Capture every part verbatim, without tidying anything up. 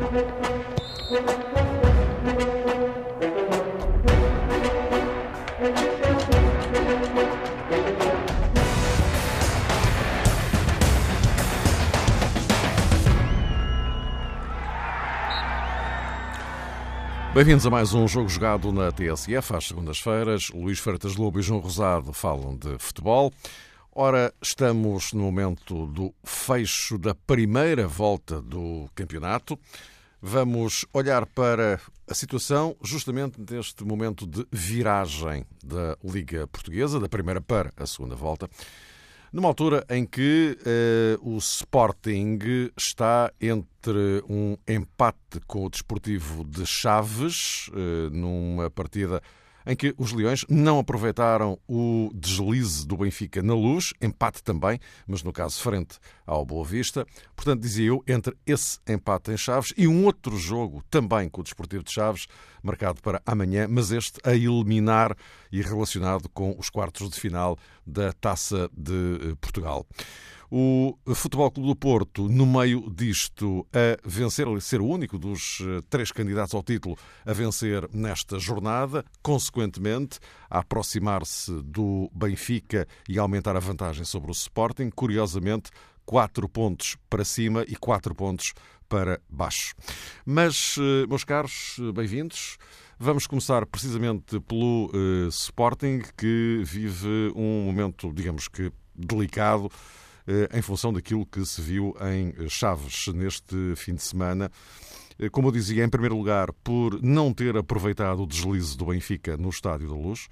Bem-vindos a mais um Jogo Jogado na T S F. Às segundas-feiras, Luís Freitas Lobo e João Rosado falam de futebol. Ora, estamos no momento do fecho da primeira volta do campeonato. Vamos olhar para a situação justamente neste momento de viragem da Liga Portuguesa, da primeira para a segunda volta, numa altura em que eh, o Sporting está entre um empate com o Desportivo de Chaves, eh, numa partida em que os Leões não aproveitaram o deslize do Benfica na Luz, empate também, mas no caso frente ao Boa Vista. Portanto, dizia eu, entre esse empate em Chaves e um outro jogo também com o Desportivo de Chaves, marcado para amanhã, mas este a eliminar e relacionado com os quartos de final da Taça de Portugal. O Futebol Clube do Porto, no meio disto, a vencer, a ser o único dos três candidatos ao título a vencer nesta jornada, consequentemente, a aproximar-se do Benfica e a aumentar a vantagem sobre o Sporting. Curiosamente, quatro pontos para cima e quatro pontos para baixo. Mas, meus caros, bem-vindos. Vamos começar precisamente pelo uh, Sporting, que vive um momento, digamos que, delicado, em função daquilo que se viu em Chaves neste fim de semana. Como eu dizia, em primeiro lugar, por não ter aproveitado o deslize do Benfica no Estádio da Luz,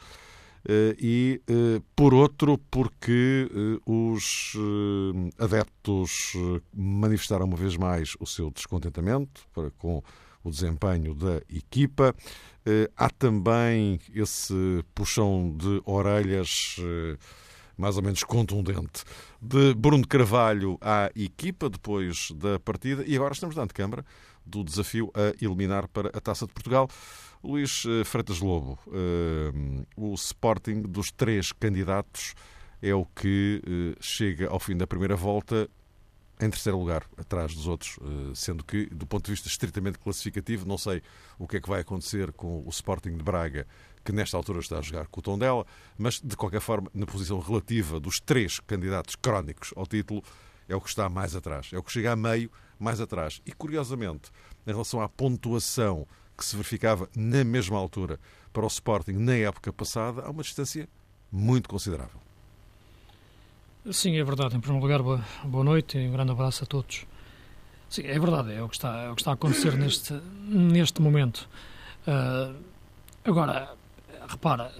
e, por outro, porque os adeptos manifestaram uma vez mais o seu descontentamento com o desempenho da equipa. Há também esse puxão de orelhas mais ou menos contundente de Bruno Carvalho à equipa depois da partida, e agora estamos na antecâmara do desafio a eliminar para a Taça de Portugal. Luís Freitas Lobo, o Sporting dos três candidatos é o que chega ao fim da primeira volta em terceiro lugar, atrás dos outros, sendo que, do ponto de vista estritamente classificativo, não sei o que é que vai acontecer com o Sporting de Braga, que nesta altura está a jogar com o Tondela, mas, de qualquer forma, na posição relativa dos três candidatos crónicos ao título, é o que está mais atrás. É o que chega a meio, mais atrás. E, curiosamente, em relação à pontuação que se verificava na mesma altura para o Sporting na época passada, há uma distância muito considerável. Sim, é verdade. Em primeiro lugar, boa, boa noite e um grande abraço a todos. Sim, é verdade. É o que está, é o que está a acontecer neste, neste momento. Uh, agora... Repara,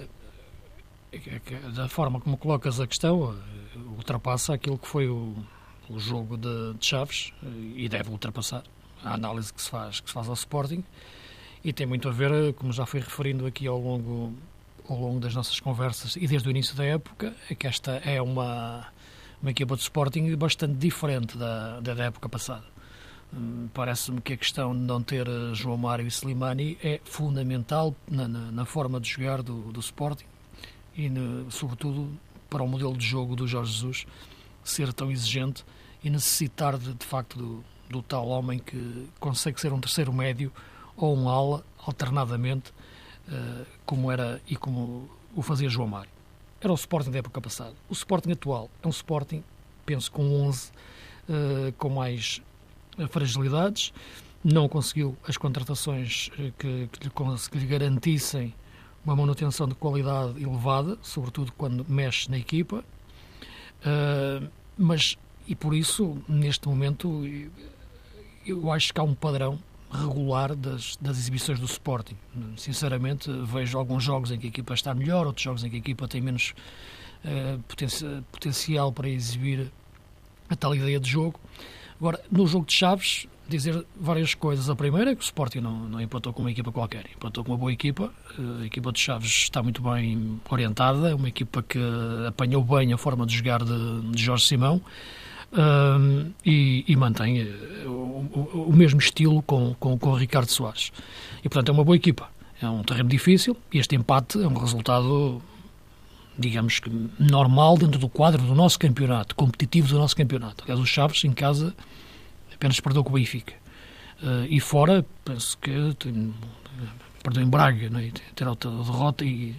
da forma como colocas a questão, ultrapassa aquilo que foi o, o jogo de, de Chaves, e deve ultrapassar a análise que se faz, que se faz ao Sporting, e tem muito a ver, como já fui referindo aqui ao longo, ao longo das nossas conversas e desde o início da época, é que esta é uma, uma equipa de Sporting bastante diferente da, da época passada. Parece-me que a questão de não ter João Mário e Slimani é fundamental na, na, na forma de jogar do, do Sporting e, no, sobretudo, para o modelo de jogo do Jorge Jesus ser tão exigente e necessitar, de, de facto, do, do tal homem que consegue ser um terceiro médio ou um ala, alternadamente, uh, como era e como o fazia João Mário. Era o Sporting da época passada. O Sporting atual é um Sporting, penso, com onze, uh, com mais fragilidades, não conseguiu as contratações que, que, lhe, que lhe garantissem uma manutenção de qualidade elevada, sobretudo quando mexe na equipa, uh, mas, e por isso, neste momento, eu acho que há um padrão regular das, das exibições do Sporting. Sinceramente, vejo alguns jogos em que a equipa está melhor, outros jogos em que a equipa tem menos uh, poten- potencial para exibir a tal ideia de jogo. Agora, no jogo de Chaves, dizer várias coisas. A primeira é que o Sporting não, não empatou com uma equipa qualquer, empatou com uma boa equipa. A equipa de Chaves está muito bem orientada, é uma equipa que apanhou bem a forma de jogar de, de Jorge Simão, um, e, e mantém o, o, o mesmo estilo com, com, com o Ricardo Soares. E, portanto, é uma boa equipa. É um terreno difícil e este empate é um resultado, digamos que normal dentro do quadro do nosso campeonato, competitivo do nosso campeonato. Aliás, o Chaves, em casa, apenas perdeu com o Benfica. Uh, e fora, penso que tem, perdeu em Braga, não é? Ter a derrota e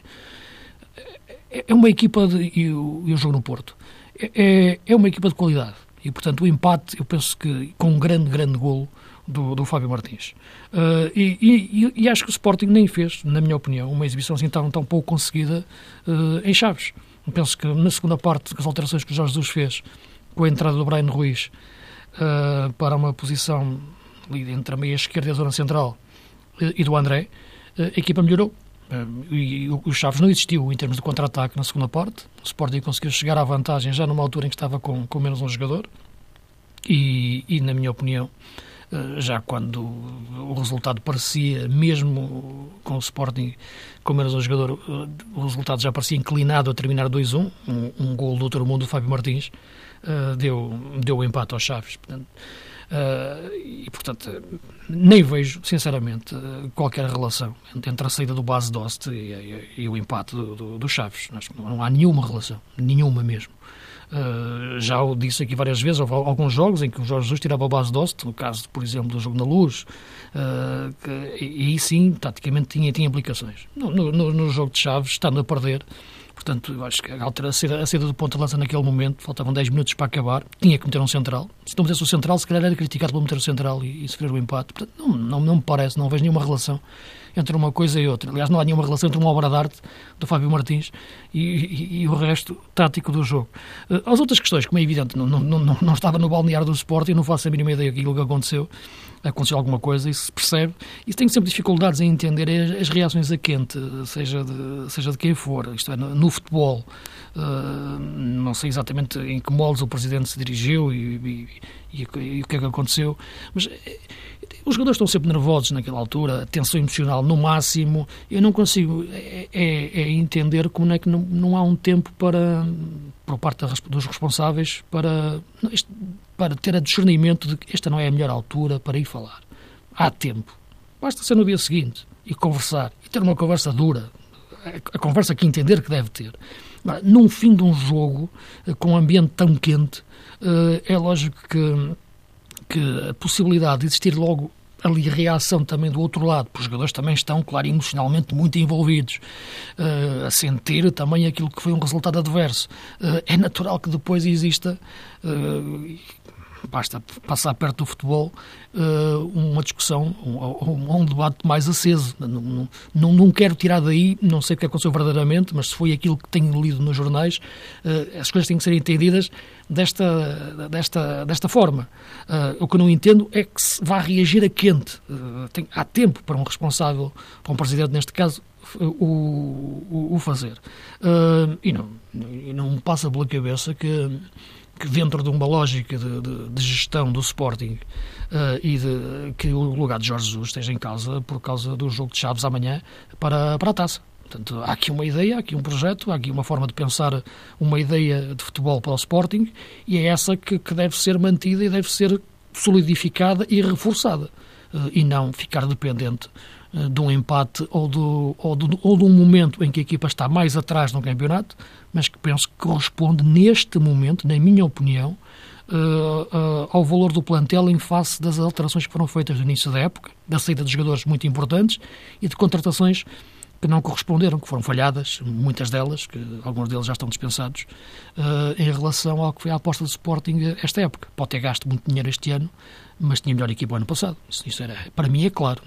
é, é uma equipa de, e, o, e o jogo no Porto é, é uma equipa de qualidade e, portanto, o empate, eu penso que com um grande, grande golo do, do Fábio Martins. Uh, e, e, e acho que o Sporting nem fez, na minha opinião, uma exibição assim tão, tão pouco conseguida uh, em Chaves. Eu penso que na segunda parte, as alterações que o Jorge Jesus fez com a entrada do Bryan Ruiz uh, para uma posição ali entre a meia esquerda e a zona central uh, e do André, uh, a equipa melhorou. Uh, e, e o Chaves não existiu em termos de contra-ataque na segunda parte. O Sporting conseguiu chegar à vantagem já numa altura em que estava com, com menos um jogador e, e, na minha opinião, uh, já quando o resultado parecia, mesmo com o Sporting com menos um jogador, uh, o resultado já parecia inclinado a terminar dois a um, um, um gol do outro mundo, do Fábio Martins, uh, deu, deu o empate aos Chaves. Portanto, Uh, e, portanto, nem vejo, sinceramente, uh, qualquer relação entre a saída do Bas Dost e, e, e o empate do, do, do Chaves. Não há nenhuma relação, nenhuma mesmo. Uh, já o disse aqui várias vezes, houve alguns jogos em que o Jorge Jesus tirava o Bas Dost, no caso, por exemplo, do jogo na Luz, uh, que, e aí sim, taticamente, tinha, tinha implicações. No, no, no jogo de Chaves, estando a perder, portanto, eu acho que a saída, a saída do ponta de lança naquele momento, faltavam dez minutos para acabar, tinha que meter um central. Se não metesse o central, se calhar era criticado por meter o central e, e sofrer o empate. Portanto, não, não, não me parece, não vejo nenhuma relação entre uma coisa e outra. Aliás, não há nenhuma relação entre uma obra de arte do Fábio Martins e, e, e o resto tático do jogo. Uh, as outras questões, como é evidente, não, não, não, não estava no balneário do Sporting, não faço a mínima ideia daquilo que aconteceu. Aconteceu alguma coisa, isso se percebe. E tenho sempre dificuldades em entender as, as reações a quente, seja de, seja de quem for. Isto é, no, no futebol, uh, não sei exatamente em que moldes o Presidente se dirigiu e, e, e, e o que é que aconteceu, mas os jogadores estão sempre nervosos naquela altura, tensão emocional no máximo. Eu não consigo é, é, é entender como é que não, não há um tempo para, por parte dos responsáveis, para, para ter a discernimento de que esta não é a melhor altura para ir falar. Há tempo. Basta ser no dia seguinte e conversar, e ter uma conversa dura, a conversa que entender que deve ter. Num fim de um jogo, com um ambiente tão quente, é lógico que que a possibilidade de existir logo ali reação também do outro lado, porque os jogadores também estão, claro, emocionalmente muito envolvidos, uh, a sentir também aquilo que foi um resultado adverso. Uh, é natural que depois exista, uh, basta passar perto do futebol, uh, uma discussão, um, um debate mais aceso. Não, não, não quero tirar daí, não sei o que aconteceu verdadeiramente, mas se foi aquilo que tenho lido nos jornais, uh, as coisas têm que ser entendidas desta, desta, desta forma. Uh, o que eu não entendo é que se vá reagir a quente. Uh, tem, há tempo para um responsável, para um presidente neste caso, o, o, o fazer. Uh, e não, e não me passa pela cabeça que que dentro de uma lógica de, de, de gestão do Sporting uh, e de, que o lugar de Jorge Jesus esteja em causa por causa do jogo de Chaves amanhã para, para a taça. Portanto, há aqui uma ideia, há aqui um projeto, há aqui uma forma de pensar uma ideia de futebol para o Sporting e é essa que, que deve ser mantida e deve ser solidificada e reforçada uh, e não ficar dependente uh, de um empate ou, do, ou, do, ou de um momento em que a equipa está mais atrás no campeonato, mas que penso que corresponde neste momento, na minha opinião, uh, uh, ao valor do plantel em face das alterações que foram feitas no início da época, da saída de jogadores muito importantes e de contratações que não corresponderam, que foram falhadas, muitas delas, que alguns deles já estão dispensados, uh, em relação ao que foi a aposta do Sporting esta época. Pode ter gasto muito dinheiro este ano, mas tinha melhor equipa o ano passado. Isso, isso era, para mim é claro.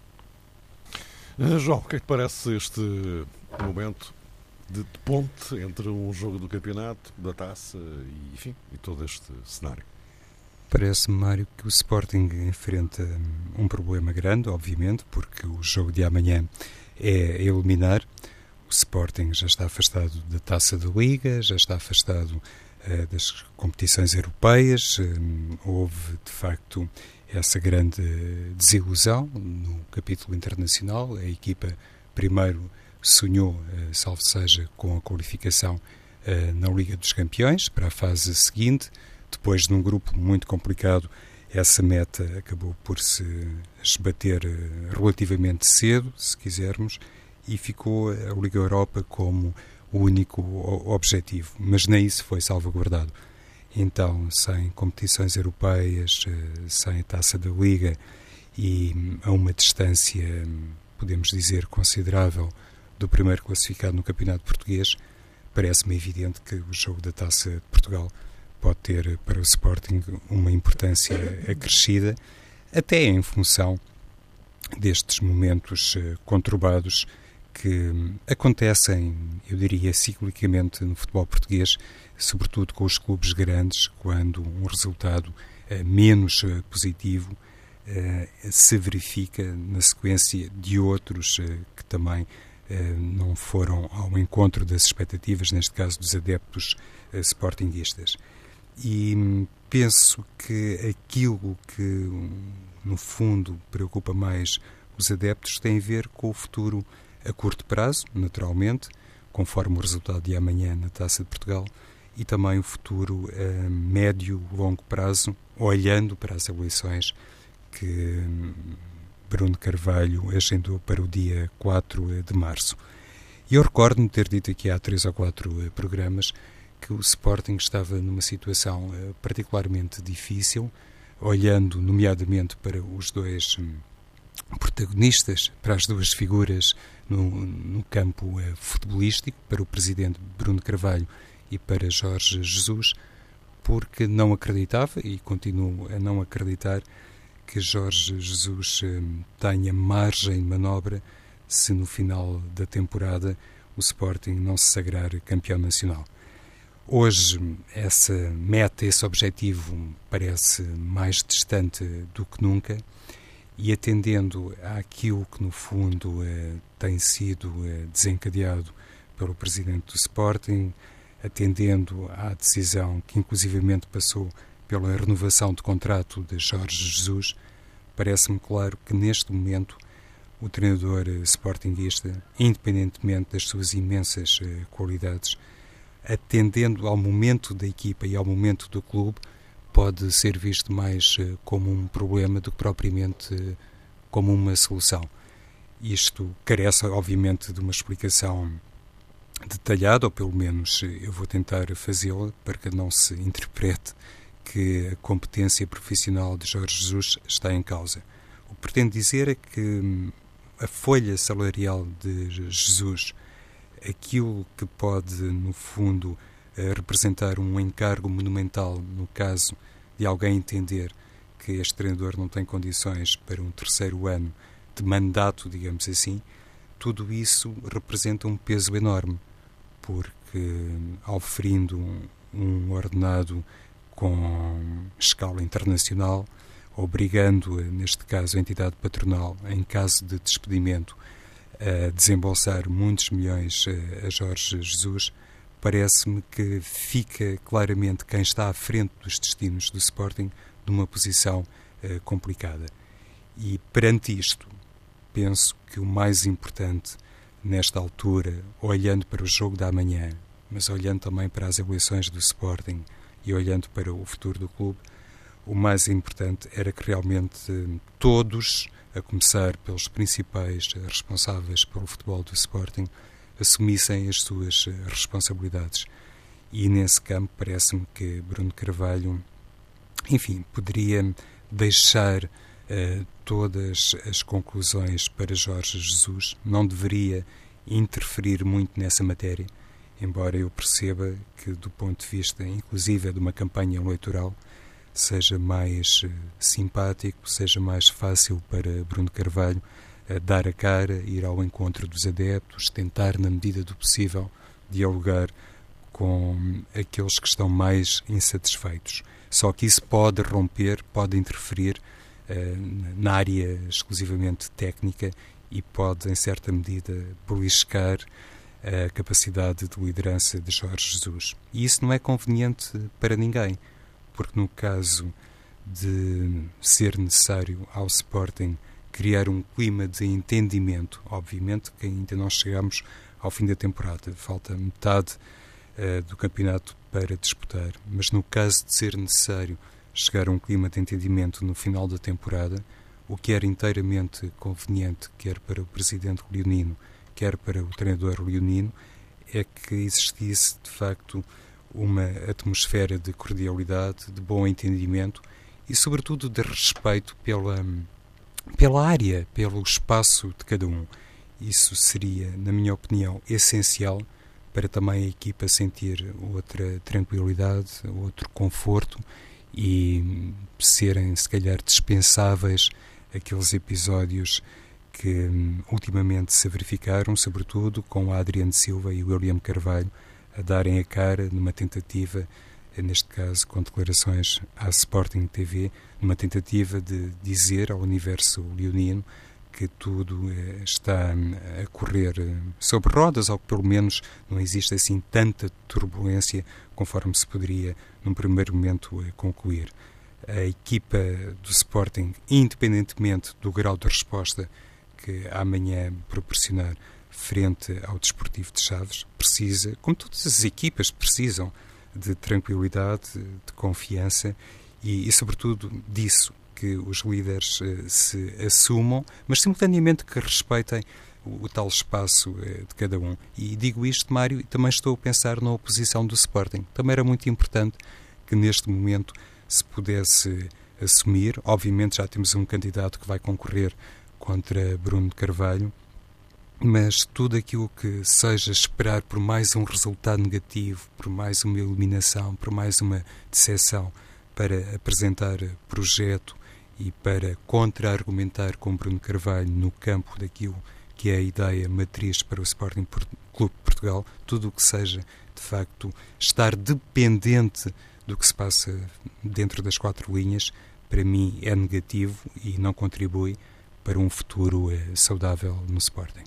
Uh, João, o que é que parece este momento de ponte entre um jogo do campeonato, da taça e, enfim, e todo este cenário? Parece-me, Mário, que o Sporting enfrenta um problema grande, obviamente, porque o jogo de amanhã é eliminar. O Sporting já está afastado da Taça da Liga, já está afastado uh, das competições europeias. Um, houve, de facto, essa grande desilusão no capítulo internacional. A equipa, primeiro, sonhou, uh, salvo seja, com a qualificação uh, na Liga dos Campeões para a fase seguinte. Depois, num grupo muito complicado, essa meta acabou por se esbater relativamente cedo, se quisermos, e ficou a Liga Europa como o único objetivo. Mas nem isso foi salvaguardado. Então, sem competições europeias, sem a Taça da Liga e a uma distância, podemos dizer, considerável do primeiro classificado no Campeonato Português, parece-me evidente que o jogo da Taça de Portugal pode ter para o Sporting uma importância acrescida, até em função destes momentos conturbados que acontecem, eu diria, ciclicamente no futebol português, sobretudo com os clubes grandes, quando um resultado menos positivo se verifica na sequência de outros que também não foram ao encontro das expectativas, neste caso dos adeptos sportinguistas. E penso que aquilo que, no fundo, preocupa mais os adeptos tem a ver com o futuro a curto prazo, naturalmente, conforme o resultado de amanhã na Taça de Portugal, e também o futuro a médio e longo prazo, olhando para as eleições que Bruno Carvalho agendou para o dia quatro de março. E eu recordo-me ter dito aqui há três ou quatro programas que o Sporting estava numa situação particularmente difícil, olhando nomeadamente para os dois protagonistas, para as duas figuras no, no campo futebolístico, para o presidente Bruno Carvalho e para Jorge Jesus, porque não acreditava, e continuo a não acreditar, que Jorge Jesus tenha margem de manobra se no final da temporada o Sporting não se sagrar campeão nacional. Hoje essa meta, esse objetivo parece mais distante do que nunca, e atendendo àquilo que no fundo tem sido desencadeado pelo presidente do Sporting, atendendo à decisão que inclusivamente passou pela renovação de contrato de Jorge Jesus, parece-me claro que neste momento o treinador sportinguista, independentemente das suas imensas qualidades, atendendo ao momento da equipa e ao momento do clube, pode ser visto mais como um problema do que propriamente como uma solução. Isto carece, obviamente, de uma explicação detalhada, ou pelo menos eu vou tentar fazê-la, para que não se interprete que a competência profissional de Jorge Jesus está em causa. O que pretendo dizer é que a folha salarial de Jesus, aquilo que pode, no fundo, representar um encargo monumental no caso de alguém entender que este treinador não tem condições para um terceiro ano de mandato, digamos assim, tudo isso representa um peso enorme, porque oferindo um, um ordenado com escala internacional, obrigando, neste caso, a entidade patronal, em caso de despedimento, a desembolsar muitos milhões a Jorge Jesus, parece-me que fica claramente quem está à frente dos destinos do Sporting numa posição uh, complicada. E perante isto, penso que o mais importante nesta altura, olhando para o jogo da manhã, mas olhando também para as eleições do Sporting e olhando para o futuro do clube, o mais importante era que realmente uh, todos, a começar pelos principais responsáveis pelo futebol do Sporting, assumissem as suas responsabilidades. E nesse campo parece-me que Bruno Carvalho, enfim, poderia deixar uh, todas as conclusões para Jorge Jesus, não deveria interferir muito nessa matéria, embora eu perceba que, do ponto de vista, inclusive, de uma campanha eleitoral, seja mais uh, simpático, seja mais fácil para Bruno Carvalho uh, dar a cara, ir ao encontro dos adeptos, tentar, na medida do possível, dialogar com aqueles que estão mais insatisfeitos. Só que isso pode romper, pode interferir uh, na área exclusivamente técnica e pode, em certa medida, beliscar a capacidade de liderança de Jorge Jesus. E isso não é conveniente para ninguém, porque no caso de ser necessário ao Sporting criar um clima de entendimento, obviamente que ainda não chegamos ao fim da temporada, falta metade uh, do campeonato para disputar, mas no caso de ser necessário chegar a um clima de entendimento no final da temporada, o que era inteiramente conveniente, quer para o presidente leonino, quer para o treinador leonino, é que existisse de facto uma atmosfera de cordialidade, de bom entendimento e, sobretudo, de respeito pela pela área, pelo espaço de cada um. Isso seria, na minha opinião, essencial para também a equipa sentir outra tranquilidade, outro conforto e serem, se calhar, dispensáveis aqueles episódios que hum, ultimamente se verificaram, sobretudo com a Adriano Silva e o William Carvalho a darem a cara numa tentativa, neste caso com declarações à Sporting T V, numa tentativa de dizer ao universo leonino que tudo eh, está a correr sobre rodas, ou que pelo menos não existe assim tanta turbulência conforme se poderia num primeiro momento eh, concluir. A equipa do Sporting, independentemente do grau de resposta que amanhã proporcionar frente ao Desportivo de Chaves, precisa, como todas as equipas precisam, de tranquilidade, de confiança e, e sobretudo, disso, que os líderes eh, se assumam, mas simultaneamente que respeitem o, o tal espaço eh, de cada um. E digo isto, Mário, e também estou a pensar na oposição do Sporting. Também era muito importante que neste momento se pudesse assumir. Obviamente já temos um candidato que vai concorrer contra Bruno Carvalho, mas tudo aquilo que seja esperar por mais um resultado negativo, por mais uma eliminação, por mais uma decepção, para apresentar projeto e para contra-argumentar com Bruno Carvalho no campo daquilo que é a ideia matriz para o Sporting Clube de Portugal, tudo o que seja, de facto, estar dependente do que se passa dentro das quatro linhas, para mim é negativo e não contribui para um futuro eh, saudável no Sporting.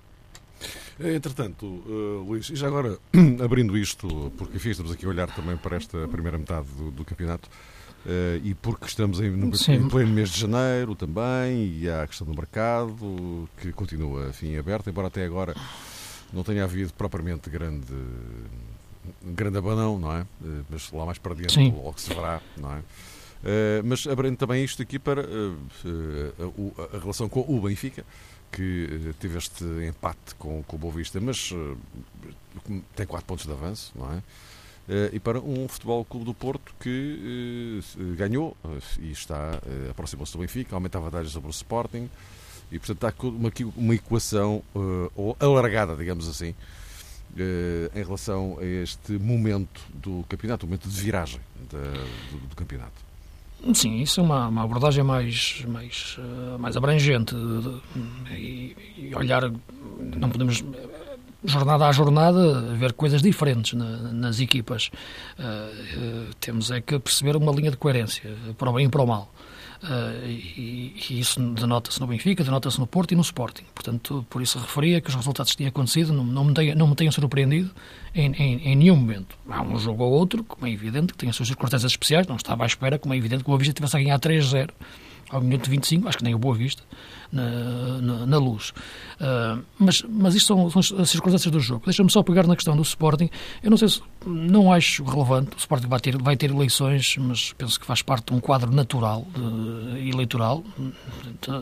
Entretanto, uh, Luís, e já agora, abrindo isto, porque enfim, estamos aqui a olhar também para esta primeira metade do, do campeonato, uh, e porque estamos em, no, em pleno mês de janeiro também, e há a questão do mercado, que continua, enfim, aberto, embora até agora não tenha havido propriamente grande, grande abanão, não é? Uh, mas lá mais para diante, logo que se verá, não é? Uh, mas abrindo também isto aqui para uh, uh, a, a relação com o Benfica, que teve este empate com, com o Boa Vista, mas uh, tem quatro pontos de avanço, não é? Uh, e para um Futebol Clube do Porto que uh, ganhou uh, e está, uh, aproximou-se do Benfica, aumenta a vantagem sobre o Sporting e, portanto, está uma, uma equação uh, alargada, digamos assim, uh, em relação a este momento do campeonato, o momento de viragem da, do, do campeonato. Sim, isso é uma, uma abordagem mais, mais, uh, mais abrangente uh, e, e olhar, não podemos, jornada a jornada, ver coisas diferentes na, nas equipas. Uh, uh, temos é que perceber uma linha de coerência, para o bem e para o mal. Uh, e, e isso denota-se no Benfica, denota-se no Porto e no Sporting. Portanto, por isso referia que os resultados que tinham acontecido não, não, me, tenha, não me tenham surpreendido em, em, em nenhum momento. Há um jogo ou outro, como é evidente, que tem as suas circunstâncias especiais, não estava à espera, como é evidente, que o Boa Vista tivesse a ganhar três a zero ao minuto vinte e cinco, acho que nem o Boa Vista, na, na, na Luz. Uh, mas, mas isto são, são as circunstâncias do jogo. Deixa-me só pegar na questão do Sporting. Eu não sei se, não acho relevante, o Sporting vai ter, vai ter eleições, mas penso que faz parte de um quadro natural, uh, eleitoral, uh,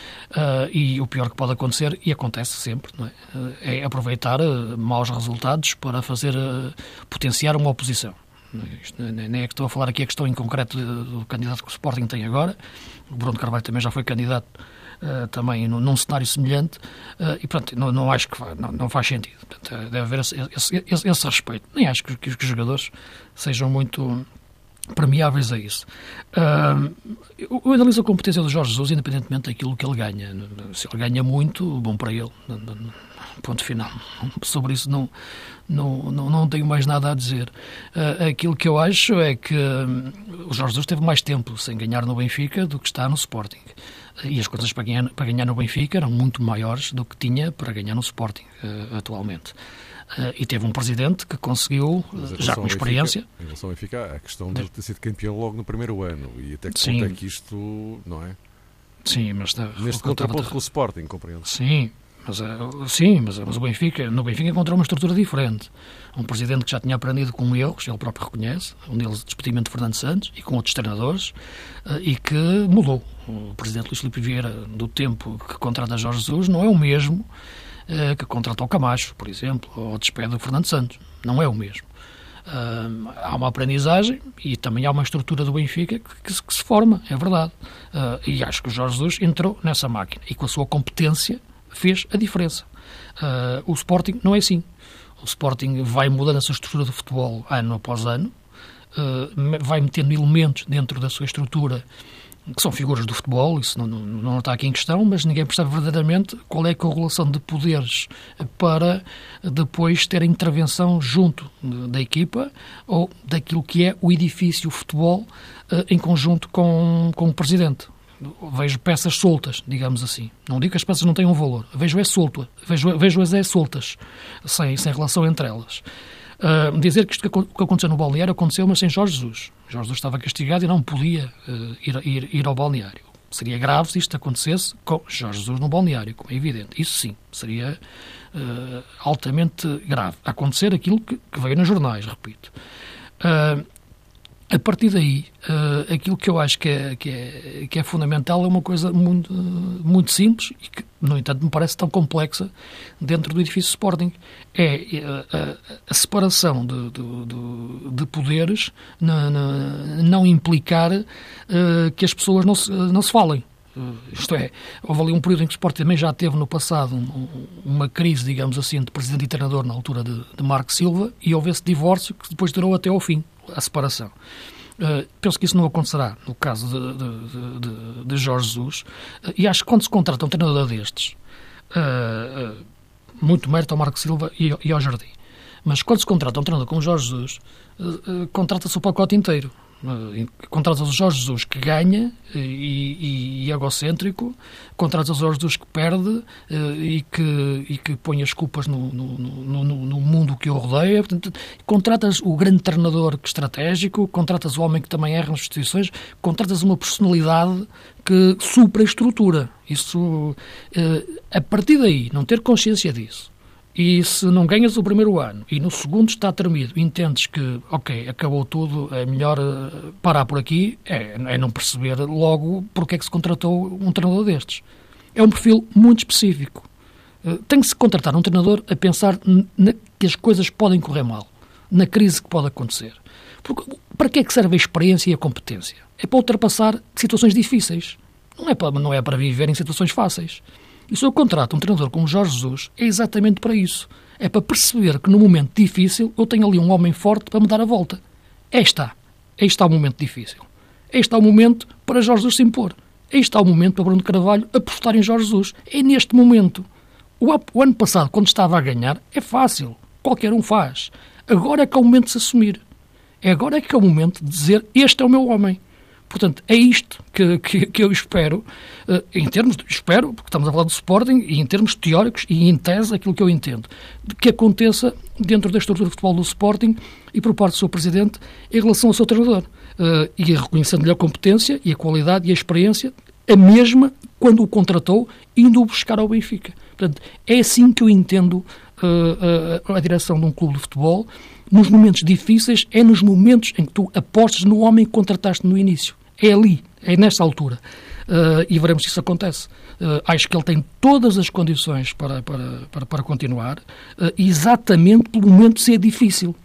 e o pior que pode acontecer, e acontece sempre, não é? Uh, é aproveitar uh, maus resultados para fazer, uh, potenciar uma oposição. Isto, nem é que estou a falar aqui a questão em concreto do candidato que o Sporting tem agora. O Bruno Carvalho também já foi candidato uh, também num, num cenário semelhante uh, e, portanto, não, não acho que fa, não, não faz sentido. Portanto, deve haver esse, esse, esse, esse respeito. Nem acho que, que, que os jogadores sejam muito permeáveis a isso. Uh, eu, eu analiso a competência do Jorge Jesus independentemente daquilo que ele ganha. Se ele ganha muito, bom para ele. Ponto final. Sobre isso não, não, não, não tenho mais nada a dizer. Uh, aquilo que eu acho é que um, o Jorge Jesus teve mais tempo sem ganhar no Benfica do que está no Sporting. Uh, e as coisas para ganhar, para ganhar no Benfica eram muito maiores do que tinha para ganhar no Sporting uh, atualmente. Uh, e teve um presidente que conseguiu, já com experiência... Benfica, em relação ao Benfica, a questão de ter sido campeão logo no primeiro ano. E até que Sim. ponto é que isto, não é? Sim, mas... Neste contraponto com o Sporting, compreendo. Sim. Mas, sim, mas, mas o Benfica, no Benfica encontrou uma estrutura diferente. Um presidente que já tinha aprendido com erros, ele próprio reconhece, um deles o despedimento de Fernando Santos, e com outros treinadores, e que mudou. O presidente Luís Filipe Vieira, do tempo que contrata Jorge Jesus, não é o mesmo que contrata o Camacho, por exemplo, ou despede o Fernando Santos. Não é o mesmo. Uh, há uma aprendizagem e também há uma estrutura do Benfica que, que, que se forma, é verdade. Uh, e acho que o Jorge Jesus entrou nessa máquina e com a sua competência fez a diferença. Uh, o Sporting não é assim. O Sporting vai mudando essa estrutura do futebol ano após ano, uh, vai metendo elementos dentro da sua estrutura que são figuras do futebol, isso não, não, não está aqui em questão, mas ninguém percebe verdadeiramente qual é a correlação de poderes para depois ter a intervenção junto da equipa ou daquilo que é o edifício, o futebol, em conjunto com, com o presidente. Vejo peças soltas, digamos assim. Não digo que as peças não tenham valor, vejo-as soltas, vejo, vejo-as é soltas, sem, sem relação entre elas. Uh, dizer que isto que aconteceu no balneário aconteceu, mas sem Jorge Jesus. Jorge Jesus estava castigado e não podia uh, ir, ir, ir ao balneário. Seria grave se isto acontecesse com Jorge Jesus no balneário, como é evidente. Isso sim, seria uh, altamente grave. Acontecer aquilo que, que veio nos jornais, repito. Uh, a partir daí, uh, aquilo que eu acho que é, que, é, que é fundamental é uma coisa muito, muito simples e que, no entanto, me parece tão complexa dentro do edifício Sporting. É a, a, a separação de, de, de, de poderes, na, na, não implicar uh, que as pessoas não se, não se falem. Uh, isto é, houve ali um período em que o Sporting também já teve no passado um, uma crise, digamos assim, de presidente e treinador na altura de, de Marco Silva, e houve esse divórcio que depois durou até ao fim, a separação. Uh, penso que isso não acontecerá no caso de, de, de, de Jorge Jesus, uh, e acho que quando se contrata um treinador destes, uh, uh, muito mérito ao Marco Silva e, e ao Jardim, mas quando se contrata um treinador como Jorge Jesus, uh, uh, contrata-se o pacote inteiro. Uh, contrata-se o Jorge Jesus que ganha e, e, e egocêntrico, contrata-se o Jorge Jesus que perde uh, e, que, e que põe as culpas no, no, no, no mundo que o rodeia. Portanto, contratas o grande treinador que estratégico, contratas o homem que também erra nas instituições, contratas uma personalidade que supra a estrutura. Isso, uh, a partir daí, não ter consciência disso, e se não ganhas o primeiro ano e no segundo está termido, entendes que, ok, acabou tudo, é melhor uh, parar por aqui, é, é não perceber logo porque é que se contratou um treinador destes. É um perfil muito específico. Uh, tem que se contratar um treinador a pensar na, que as coisas podem correr mal, na crise que pode acontecer. Porque, para que é que serve a experiência e a competência? É para ultrapassar situações difíceis. Não é para, não é para viver em situações fáceis. E se eu contrato um treinador como Jorge Jesus, é exatamente para isso. É para perceber que no momento difícil eu tenho ali um homem forte para me dar a volta. Aí está. Aí está o momento difícil. Aí está o momento para Jorge Jesus se impor. Aí está o momento para Bruno Carvalho apostar em Jorge Jesus. É neste momento. O, o ano passado, quando estava a ganhar, é fácil. Qualquer um faz. Agora é que é o momento de se assumir. É agora é que é o momento de dizer: este é o meu homem. Portanto, é isto que, que, que eu espero, uh, em termos, de, espero, porque estamos a falar do Sporting, e em termos teóricos e em tese, aquilo que eu entendo, de que aconteça dentro da estrutura de futebol do Sporting e por parte do seu Presidente em relação ao seu treinador. Uh, e reconhecendo-lhe a competência e a qualidade e a experiência, a mesma quando o contratou, indo-o buscar ao Benfica. Portanto, é assim que eu entendo uh, uh, a direção de um clube de futebol. Nos momentos difíceis, é nos momentos em que tu apostas no homem que contrataste no início. É ali, é nesta altura. Uh, e veremos se isso acontece. Uh, acho que ele tem todas as condições para, para, para, para continuar, uh, exatamente pelo momento de ser difícil.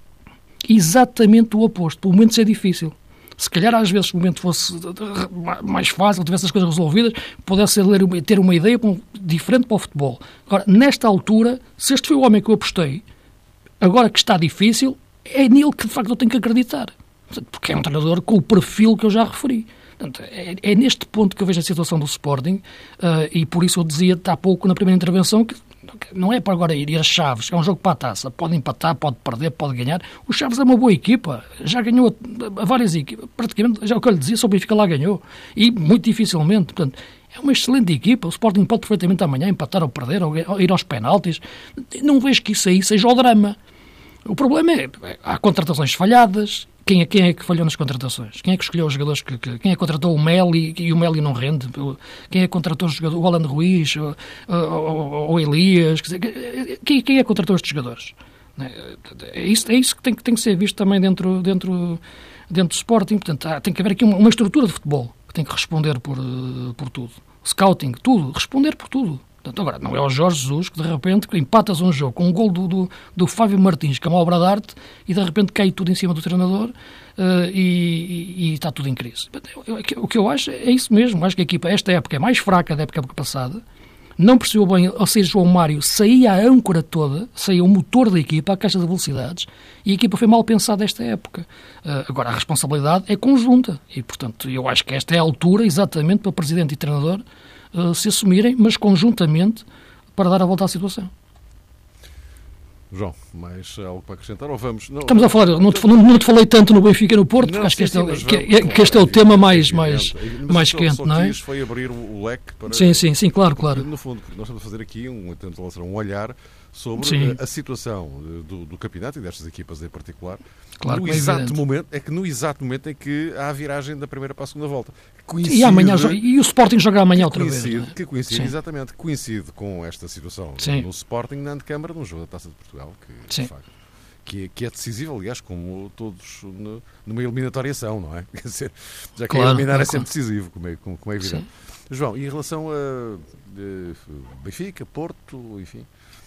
Exatamente o oposto, pelo momento de ser difícil. Se calhar, às vezes, se o momento fosse mais fácil, tivesse as coisas resolvidas, pudesse ter uma ideia diferente para o futebol. Agora, nesta altura, se este foi o homem que eu apostei, agora que está difícil, é nele que de facto eu tenho que acreditar. Porque é um treinador com o perfil que eu já referi. Portanto, é, é neste ponto que eu vejo a situação do Sporting, uh, e por isso eu dizia há pouco na primeira intervenção que não é para agora ir, ir a Chaves, é um jogo para a taça. Pode empatar, pode perder, pode ganhar. O Chaves é uma boa equipa, já ganhou a, a várias equipas. Praticamente, já o que eu lhe dizia, só o Benfica lá ganhou. E muito dificilmente. Portanto, é uma excelente equipa. O Sporting pode perfeitamente amanhã empatar ou perder, ou ir aos penaltis. Não vejo que isso aí seja o drama. O problema é, há contratações falhadas. Quem é, quem é que falhou nas contratações? Quem é que escolheu os jogadores? Que, que, quem é que contratou o Meli e o Meli não rende? Quem é que contratou os jogadores? O Alan Ruiz? O, o, o Elias? Quem, quem é que contratou estes jogadores? É isso, é isso que tem, tem que ser visto também dentro, dentro, dentro do Sporting. Portanto, há, tem que haver aqui uma, uma estrutura de futebol que tem que responder por, por tudo. Scouting, tudo. Responder por tudo. Portanto, agora, não é o Jorge Jesus que de repente empatas um jogo com um gol do, do, do Fábio Martins, que é uma obra de arte, e de repente cai tudo em cima do treinador uh, e, e, e está tudo em crise. Eu, eu, o que eu acho é isso mesmo. Acho que a equipa, esta época, é mais fraca da época passada. Não percebeu bem, ou seja, João Mário saía a âncora toda, saía o motor da equipa, a caixa de velocidades, e a equipa foi mal pensada esta época. Uh, agora, a responsabilidade é conjunta, e, portanto, eu acho que esta é a altura, exatamente, para o Presidente e treinador uh, se assumirem, mas conjuntamente, para dar a volta à situação. João, mais algo para acrescentar ou vamos? Não, Estamos a falar, não te, não, não te falei tanto no Benfica e no Porto, não, porque acho sim, que, este, sim, é, que, vamos, é, que este é o tema mais, mais, mais quente, só, só não é? Foi abrir o leque para... Sim, sim, sim, claro, claro. No fundo, nós estamos a fazer aqui um, tentando lançar um olhar sobre sim. a, a situação do, do campeonato e destas equipas em particular. Claro, no é exato evidente. momento, é que no exato momento em que há a viragem da primeira para a segunda volta. Coincide, e, amanhã, e o Sporting joga amanhã outra coincide, vez. Que coincide, sim. exatamente, coincide com esta situação sim. no Sporting na antecâmara de um jogo da Taça de Portugal, que sim. de facto Que é, que é decisivo, aliás, como todos no, numa eliminatória são, não é? Quer dizer, já que claro, eliminar claro, é sempre claro. decisivo, como é, como, como é evidente. Sim. João, e em relação a, a Benfica, Porto, enfim?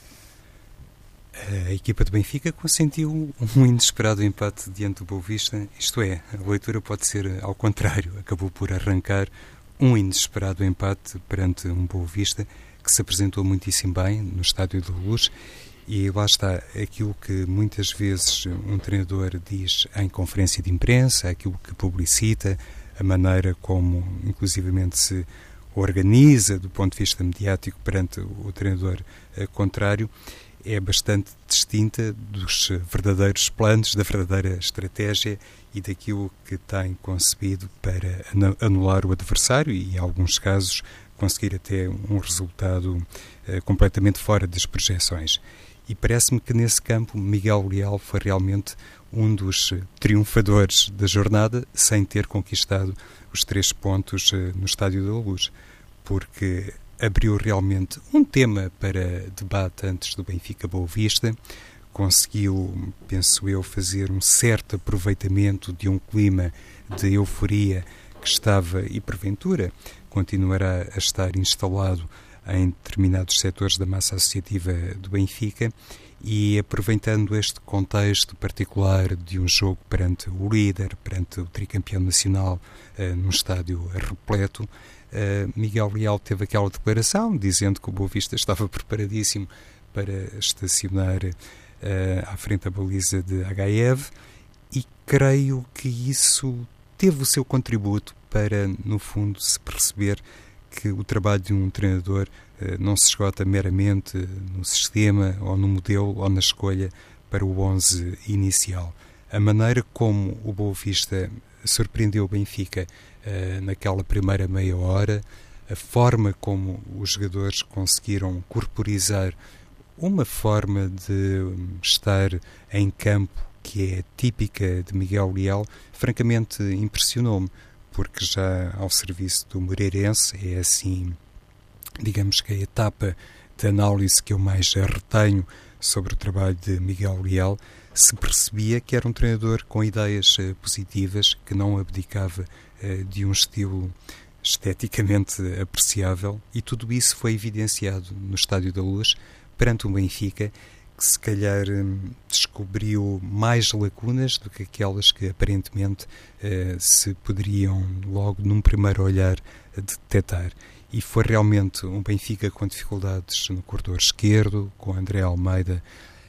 A equipa de Benfica consentiu um inesperado empate diante do Boa Vista, isto é, a leitura pode ser ao contrário, acabou por arrancar um inesperado empate perante um Boa Vista que se apresentou muitíssimo bem no Estádio da Luz. E lá está, aquilo que muitas vezes um treinador diz em conferência de imprensa, aquilo que publicita, a maneira como inclusivamente se organiza do ponto de vista mediático perante o treinador contrário, é bastante distinta dos verdadeiros planos, da verdadeira estratégia e daquilo que tem concebido para anular o adversário e, em alguns casos, conseguir até um resultado uh, completamente fora das projeções. E parece-me que nesse campo Miguel Leal foi realmente um dos triunfadores da jornada, sem ter conquistado os três pontos no Estádio da Luz, porque abriu realmente um tema para debate antes do Benfica Boa Vista, conseguiu, penso eu, fazer um certo aproveitamento de um clima de euforia que estava, e porventura continuará a estar instalado em determinados setores da massa associativa do Benfica, e aproveitando este contexto particular de um jogo perante o líder, perante o tricampeão nacional, uh, num estádio repleto, uh, Miguel Leal teve aquela declaração dizendo que o Boa Vista estava preparadíssimo para estacionar uh, à frente da baliza de Agaev, e creio que isso teve o seu contributo para, no fundo, se perceber que o trabalho de um treinador uh, não se esgota meramente no sistema ou no modelo ou na escolha para o onze inicial. A maneira como o Boa Vista surpreendeu o Benfica uh, naquela primeira meia hora, a forma como os jogadores conseguiram corporizar uma forma de estar em campo que é típica de Miguel Leal, francamente impressionou-me, porque já ao serviço do Moreirense é assim, digamos que a etapa de análise que eu mais retenho sobre o trabalho de Miguel Leal, se percebia que era um treinador com ideias uh, positivas, que não abdicava uh, de um estilo esteticamente apreciável, e tudo isso foi evidenciado no Estádio da Luz perante o Benfica, que se calhar um, descobriu mais lacunas do que aquelas que aparentemente uh, se poderiam logo num primeiro olhar detectar. E foi realmente um Benfica com dificuldades no corredor esquerdo, com André Almeida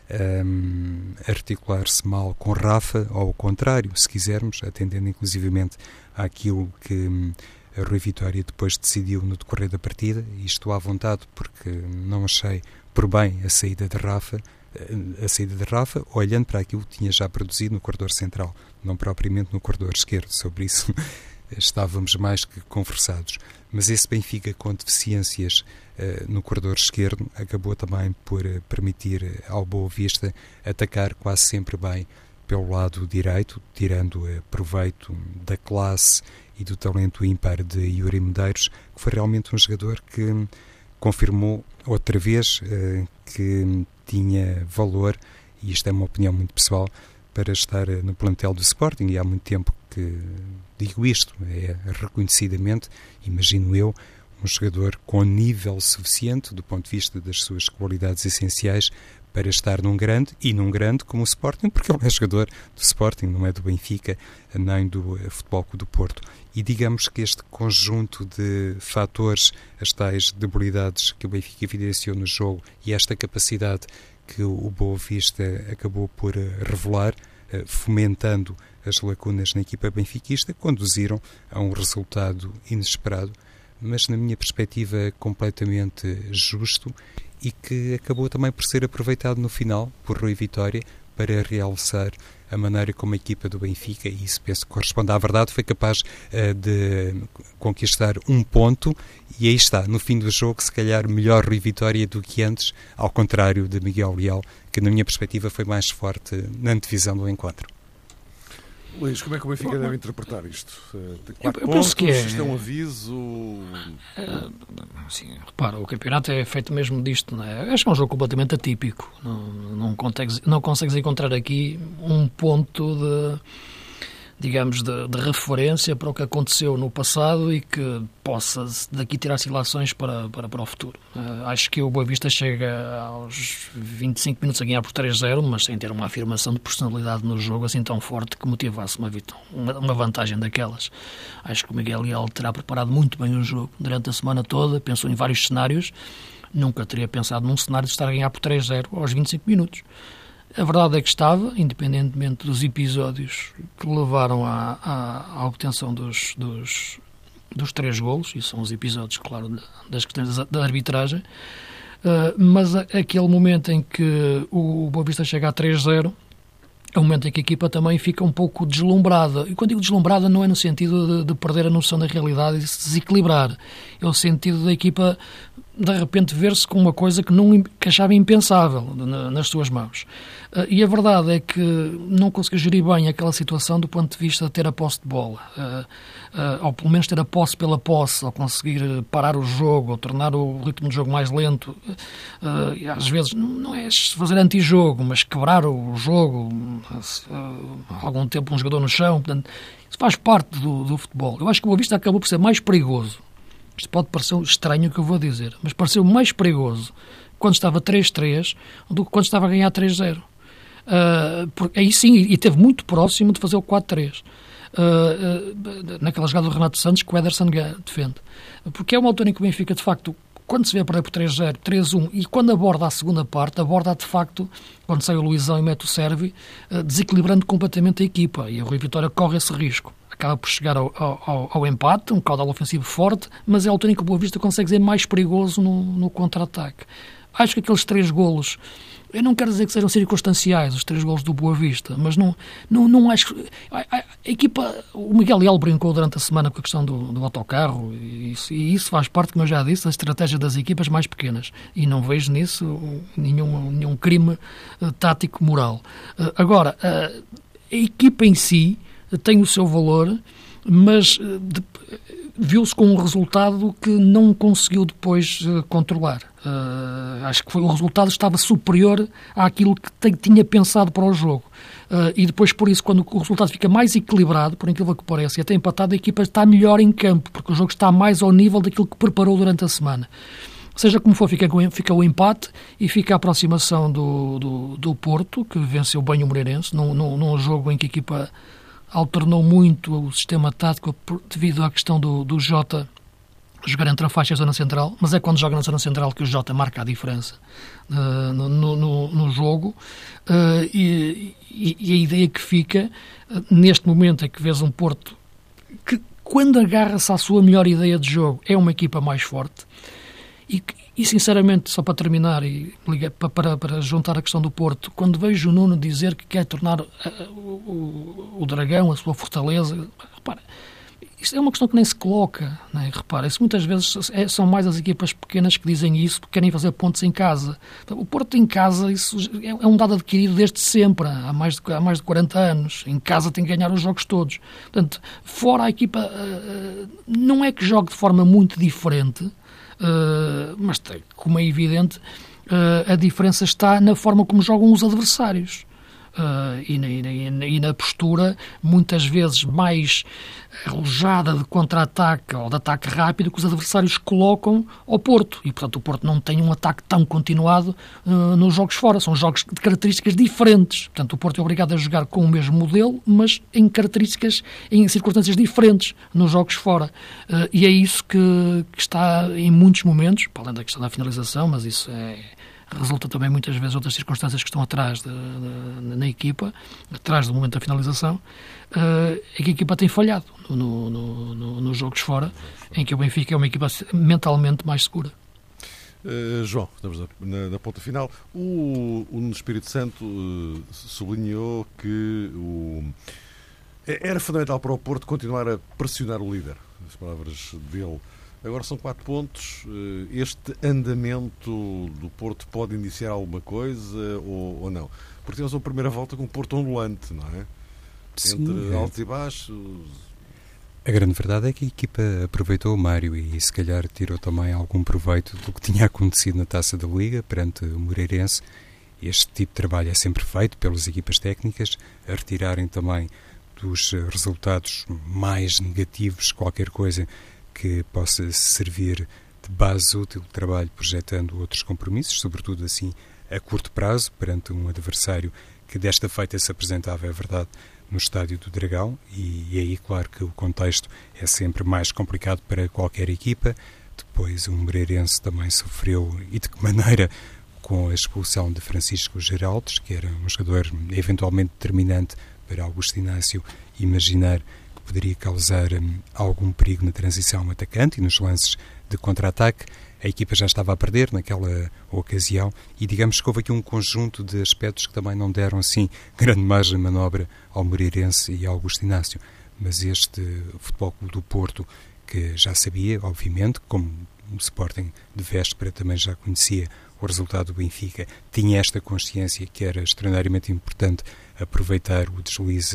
um, articular-se mal com Rafa, ou ao contrário, se quisermos, atendendo inclusivamente àquilo que um, a Rui Vitória depois decidiu no decorrer da partida, e estou à vontade porque não achei por bem a saída de Rafa, a saída de Rafa, olhando para aquilo que tinha já produzido no corredor central, não propriamente no corredor esquerdo. Sobre isso estávamos mais que conversados. Mas esse Benfica com deficiências uh, no corredor esquerdo acabou também por uh, permitir ao Boa Vista atacar quase sempre bem pelo lado direito, tirando uh, proveito da classe e do talento ímpar de Yuri Medeiros, que foi realmente um jogador que confirmou outra vez uh, que tinha valor, e isto é uma opinião muito pessoal, para estar no plantel do Sporting, e há muito tempo que digo isto, é reconhecidamente, imagino eu, um jogador com nível suficiente do ponto de vista das suas qualidades essenciais para estar num grande, e num grande como o Sporting, porque ele é jogador do Sporting, não é do Benfica, nem do Futebol Clube do Porto. E digamos que este conjunto de fatores, as tais debilidades que o Benfica evidenciou no jogo e esta capacidade que o Boa Vista acabou por revelar, fomentando as lacunas na equipa benfiquista, conduziram a um resultado inesperado, mas na minha perspectiva completamente justo, e que acabou também por ser aproveitado no final por Rui Vitória para realçar a maneira como a equipa do Benfica, e isso penso que corresponde à verdade, foi capaz uh, de conquistar um ponto, e aí está, no fim do jogo, se calhar melhor Rui Vitória do que antes, ao contrário de Miguel Leal, que na minha perspectiva foi mais forte na antevisão do encontro. Luís, como é que o Benfica deve interpretar isto? Quatro eu, eu pontos, penso que é... isto é um aviso... Uh, sim, repara, o campeonato é feito mesmo disto, não é? Acho que é um jogo completamente atípico. Não, não, consegues, não consegues encontrar aqui um ponto de, digamos, de, de referência para o que aconteceu no passado e que possa daqui tirar ilações para, para, para o futuro. Uh, acho que o Boa Vista chega aos vinte e cinco minutos a ganhar por três a zero, mas sem ter uma afirmação de personalidade no jogo assim tão forte que motivasse uma, uma, uma vantagem daquelas. Acho que o Miguel Leal terá preparado muito bem o jogo durante a semana toda, pensou em vários cenários, nunca teria pensado num cenário de estar a ganhar por três a zero aos vinte e cinco minutos. A verdade é que estava, independentemente dos episódios que levaram à, à, à obtenção dos, dos, dos três golos, e são os episódios, claro, das questões da arbitragem, uh, mas a, aquele momento em que o Boa Vista chega a três a zero, é um momento em que a equipa também fica um pouco deslumbrada. E quando digo deslumbrada não é no sentido de, de perder a noção da realidade e se desequilibrar. É o sentido da equipa, de repente, ver-se com uma coisa que, não, que achava impensável na, nas suas mãos. Uh, e a verdade é que não conseguiu gerir bem aquela situação do ponto de vista de ter a posse de bola. Uh, uh, ou pelo menos ter a posse pela posse, ou conseguir parar o jogo, ou tornar o ritmo do jogo mais lento. Uh, e às vezes não é fazer antijogo, mas quebrar o jogo, uh, algum tempo um jogador no chão. Portanto, isso faz parte do, do futebol. Eu acho que o Boa Vista acabou por ser mais perigoso. Isto pode parecer estranho o que eu vou dizer, mas pareceu mais perigoso quando estava três a três do que quando estava a ganhar três a zero. Uh, porque, aí sim, e esteve muito próximo de fazer o quatro a três. Uh, uh, naquela jogada do Renato Santos que o Ederson defende. Porque é uma altura em que o Benfica, de facto, quando se vê a perder por três a zero, três a um, e quando aborda a segunda parte, aborda de facto, quando sai o Luizão e mete o Sérvi, uh, desequilibrando completamente a equipa. E o Rui Vitória corre esse risco. Acaba por chegar ao, ao, ao empate, um caudal ofensivo forte, mas é a altura em que o Boa Vista consegue ser mais perigoso no, no contra-ataque. Acho que aqueles três golos, eu não quero dizer que sejam circunstanciais, os três golos do Boa Vista, mas não, não, não acho... A, a, a equipa, o Miguel Leal brincou durante a semana com a questão do, do autocarro, e isso, e isso faz parte, como eu já disse, da estratégia das equipas mais pequenas, e não vejo nisso nenhum, nenhum crime uh, tático moral. Uh, agora, uh, a equipa em si tem o seu valor, mas uh, de, viu-se com um resultado que não conseguiu depois uh, controlar. Uh, acho que foi, o resultado estava superior àquilo que te, tinha pensado para o jogo. Uh, e depois, por isso, quando o resultado fica mais equilibrado, por incrível que pareça, e até empatado, a equipa está melhor em campo, porque o jogo está mais ao nível daquilo que preparou durante a semana. Seja como for, fica, fica o empate e fica a aproximação do, do, do Porto, que venceu bem o Moreirense, num, num, num jogo em que a equipa alternou muito o sistema tático devido à questão do, do Jota jogar entre a faixa e a zona central, mas é quando joga na zona central que o Jota marca a diferença uh, no, no, no jogo, uh, e, e, e a ideia que fica uh, neste momento é que vês um Porto que, quando agarra-se à sua melhor ideia de jogo, é uma equipa mais forte. E, e sinceramente, só para terminar e para, para, para juntar a questão do Porto, quando vejo o Nuno dizer que quer tornar uh, o, o Dragão a sua fortaleza, repara, isto é uma questão que nem se coloca, né? Repara, isso muitas vezes é, são mais as equipas pequenas que dizem isso, porque querem fazer pontos em casa. O Porto em casa, isso é, é um dado adquirido desde sempre, há mais, de, há mais de quarenta anos. Em casa tem que ganhar os jogos todos. Portanto, fora a equipa, uh, não é que jogue de forma muito diferente, uh, mas tem, como é evidente, uh, a diferença está na forma como jogam os adversários. uh, e, na, e, na, e na postura, muitas vezes mais arrojada de contra-ataque ou de ataque rápido que os adversários colocam ao Porto. E, portanto, o Porto não tem um ataque tão continuado uh, nos jogos fora. São jogos de características diferentes. Portanto, o Porto é obrigado a jogar com o mesmo modelo, mas em características, em circunstâncias diferentes nos jogos fora. Uh, e é isso que, que está em muitos momentos, para além da questão da finalização, mas isso é... resulta também muitas vezes outras circunstâncias que estão atrás de, de, na equipa, atrás do momento da finalização, uh, é que a equipa tem falhado no, no, no, nos jogos fora, em que o Benfica é uma equipa mentalmente mais segura. Uh, João, estamos na, na, na ponta final. O, o Espírito Santo uh, sublinhou que o, era fundamental para o Porto continuar a pressionar o líder, as palavras dele. Agora são quatro pontos. Este andamento do Porto pode iniciar alguma coisa ou, ou não? Porque temos uma primeira volta com o Porto ondulante, não é? Sim, entre é. altos e baixos. A grande verdade é que a equipa aproveitou o Mário e se calhar tirou também algum proveito do que tinha acontecido na Taça da Liga perante o Moreirense. Este tipo de trabalho é sempre feito pelas equipas técnicas, a retirarem também dos resultados mais negativos qualquer coisa que possa servir de base útil de trabalho, projetando outros compromissos, sobretudo assim a curto prazo, perante um adversário que desta feita se apresentava, é verdade, no Estádio do Dragão, e, e aí claro que o contexto é sempre mais complicado para qualquer equipa. Depois o Moreirense também sofreu, e de que maneira, com a expulsão de Francisco Geraldes, que era um jogador eventualmente determinante para Augusto Inácio imaginar que poderia causar um, algum perigo na transição atacante e nos lances de contra-ataque. A equipa já estava a perder naquela ocasião e digamos que houve aqui um conjunto de aspectos que também não deram assim grande margem de manobra ao Moreirense e ao Augusto Inácio. Mas este Futebol Clube do Porto, que já sabia, obviamente, como o Sporting de véspera também já conhecia o resultado do Benfica, tinha esta consciência que era extraordinariamente importante aproveitar o deslize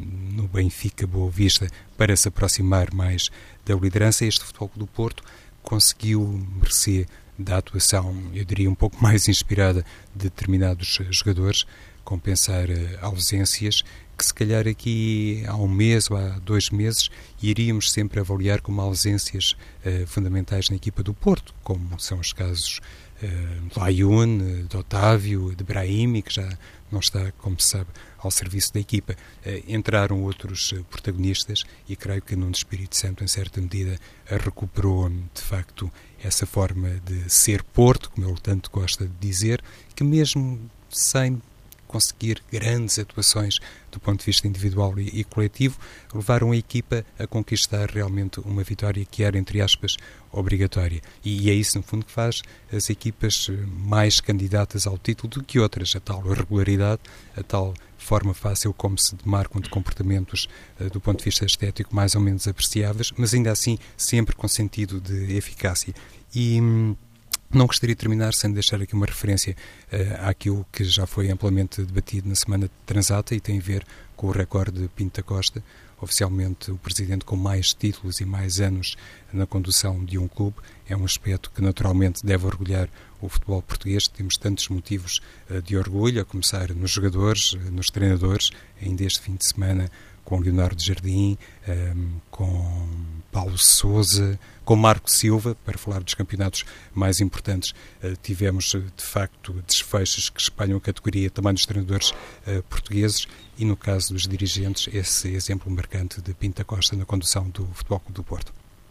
no Benfica Boa Vista para se aproximar mais da liderança. Este Futebol Clube do Porto conseguiu merecer da atuação, eu diria, um pouco mais inspirada de determinados jogadores, compensar ausências que se calhar aqui há um mês ou há dois meses iríamos sempre avaliar como ausências uh, fundamentais na equipa do Porto, como são os casos uh, de Layun, de Otávio, de Brahimi, que já não está, como se sabe, ao serviço da equipa. Uh, entraram outros uh, protagonistas e creio que Nuno Espírito Santo, em certa medida, recuperou de facto essa forma de ser Porto, como ele tanto gosta de dizer, que mesmo sem conseguir grandes atuações do ponto de vista individual e, e coletivo, levaram a equipa a conquistar realmente uma vitória que era, entre aspas, obrigatória. E, e é isso, no fundo, que faz as equipas mais candidatas ao título do que outras, a tal regularidade, a tal forma fácil como se demarcam de comportamentos uh, do ponto de vista estético mais ou menos apreciáveis, mas ainda assim sempre com sentido de eficácia. E hum, não gostaria de terminar sem deixar aqui uma referência uh, àquilo que já foi amplamente debatido na semana transata e tem a ver com o recorde de Pinto da Costa, oficialmente o presidente com mais títulos e mais anos na condução de um clube. É um aspecto que naturalmente deve orgulhar o futebol português. Temos tantos motivos uh, de orgulho, a começar nos jogadores, uh, nos treinadores, ainda este fim de semana com Leonardo Jardim, um, com Paulo Sousa, com Marco Silva, para falar dos campeonatos mais importantes. Uh, tivemos, de facto, desfechos que espalham a categoria também dos treinadores uh, portugueses e, no caso dos dirigentes, esse exemplo marcante de Pinto da Costa na condução do Futebol Clube do Porto.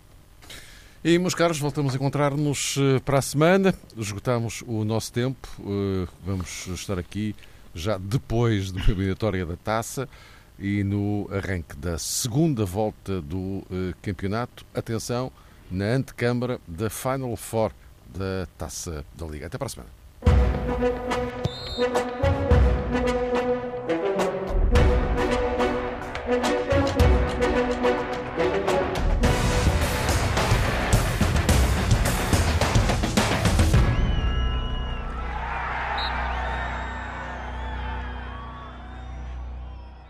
E, meus caros, voltamos a encontrar-nos para a semana. Esgotamos o nosso tempo. Uh, vamos estar aqui já depois de uma eliminatória da Taça e no arranque da segunda volta do uh, campeonato. Atenção, na antecâmara da Final Four da Taça da Liga. Até para a semana.